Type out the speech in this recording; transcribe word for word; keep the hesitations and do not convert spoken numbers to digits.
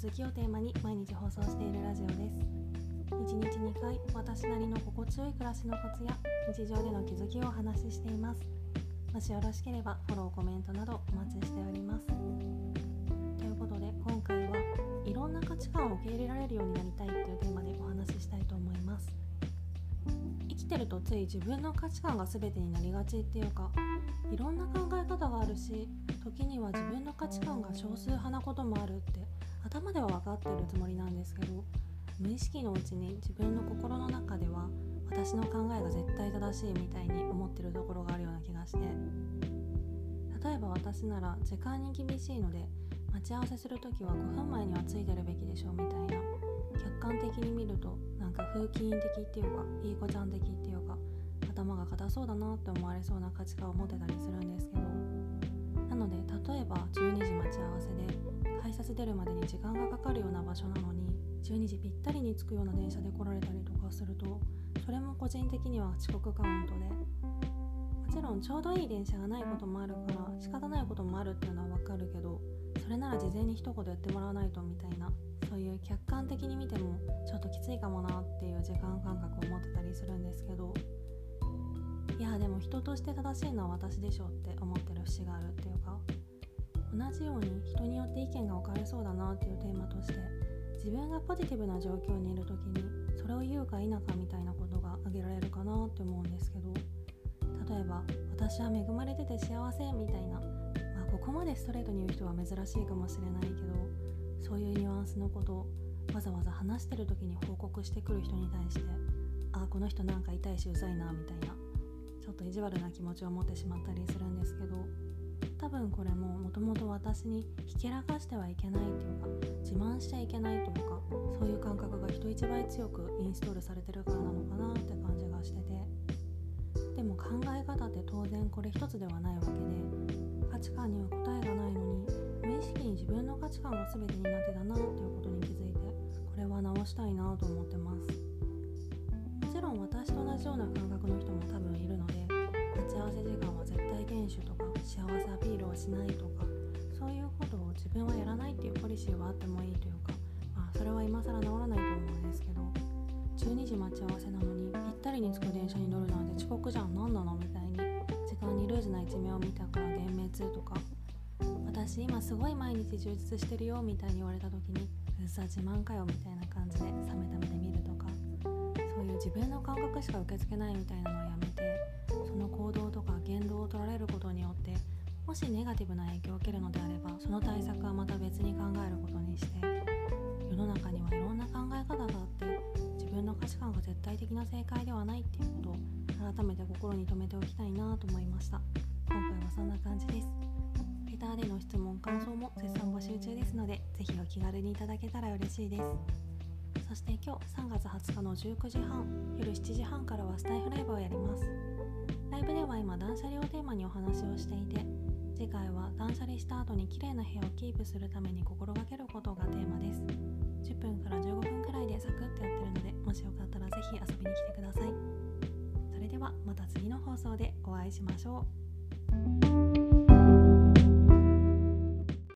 づきをテーマに毎日放送しているラジオです。いちにちにかい、私なりの心地よい暮らしのコツや日常での気づきをお話ししています。もしよろしければフォロー、コメントなどお待ちしております。ということで、今回はいろんな価値観を受け入れられるようになりたいというテーマでお話ししたいと思います。生きてるとつい自分の価値観が全てになりがちっていうか、いろんな考え方があるし、時には自分の価値観が少数派なこともあるって頭では分かってるつもりなんですけど、無意識のうちに自分の心の中では私の考えが絶対正しいみたいに思ってるところがあるような気がして、例えば私なら時間に厳しいので、待ち合わせするときはごふんまえには着いてるべきでしょみたいな、客観的に見るとなんか風紀委員的っていうか、いい子ちゃん的っていうか、頭が硬そうだなって思われそうな価値観を持ってたりするんですけど、なので例えばじゅうにじ待ち合わせで改札出るまでに時間がかかるような場所なのに、じゅうにじぴったりに着くような電車で来られたりとかすると、それも個人的には遅刻カウントで、もちろんちょうどいい電車がないこともあるから仕方ないこともあるっていうのはわかるけど、それなら事前に一言言ってもらわないとみたいな、そういう客観的に見てもちょっときついかもなっていう時間感覚を持ってたりするんですけど、いやでも人として正しいのは私でしょって思ってる節があるっていうか、同じように人によって意見が分かれそうだなっていうテーマとして、自分がポジティブな状況にいる時にそれを言うか否かみたいなことが挙げられるかなって思うんですけど、例えば私は恵まれてて幸せみたいな、まあここまでストレートに言う人は珍しいかもしれないけど、そういうニュアンスのことをわざわざ話してる時に報告してくる人に対して、あ、この人なんか痛いしうざいなみたいな、ちょっと意地悪な気持ちを持ってしまったりするんですけど、多分これももともと私にひけらかしてはいけないというか、自慢しちゃいけないというか、そういう感覚が人一倍強くインストールされてるからなのかなって感じがしてて、でも考え方って当然これ一つではないわけで、価値観には答えがないのに無意識に自分の価値観が全てになってたなっていうことに気づいて、これは直したいなと思ってます。もちろん私と同じような感覚の人も多分いるので、待ち合わせ時間は絶対厳守とか幸せアピールをしないとか、そういうことを自分はやらないっていうポリシーはあってもいいというか、まあそれは今更治らないと思うんですけど、じゅうにじ待ち合わせなのにぴったりに着く電車に乗るなんて遅刻じゃん、なんなのみたいに時間にルーズな一面を見たから幻滅とか、私今すごい毎日充実してるよみたいに言われた時に、うざ自慢かよみたいな感じで冷めた目で見るとか、そういう自分の感覚しか受け付けないみたいなのをやめて、その行動とか言動を取られることによってもしネガティブな影響を受けるのであれば、その対策はまた別に考えることにして、世の中にはいろんな考え方があって、自分の価値観が絶対的な正解ではないっていうことを改めて心に留めておきたいなと思いました。今回はそんな感じです。レターでの質問・感想も絶賛募集中ですので、ぜひお気軽にいただけたら嬉しいです。そして今日さんがつはつかのじゅうくじはん、夜しちじはんからはスタイフライブをやります。ライブでは今断捨離をテーマにお話をしていて、次回は断捨離した後に綺麗な部屋をキープするために心がけることがテーマです。じゅっぷんからじゅうごふんくらいでサクッとやってるので、もしよかったらぜひ遊びに来てください。それではまた次の放送でお会いしましょう。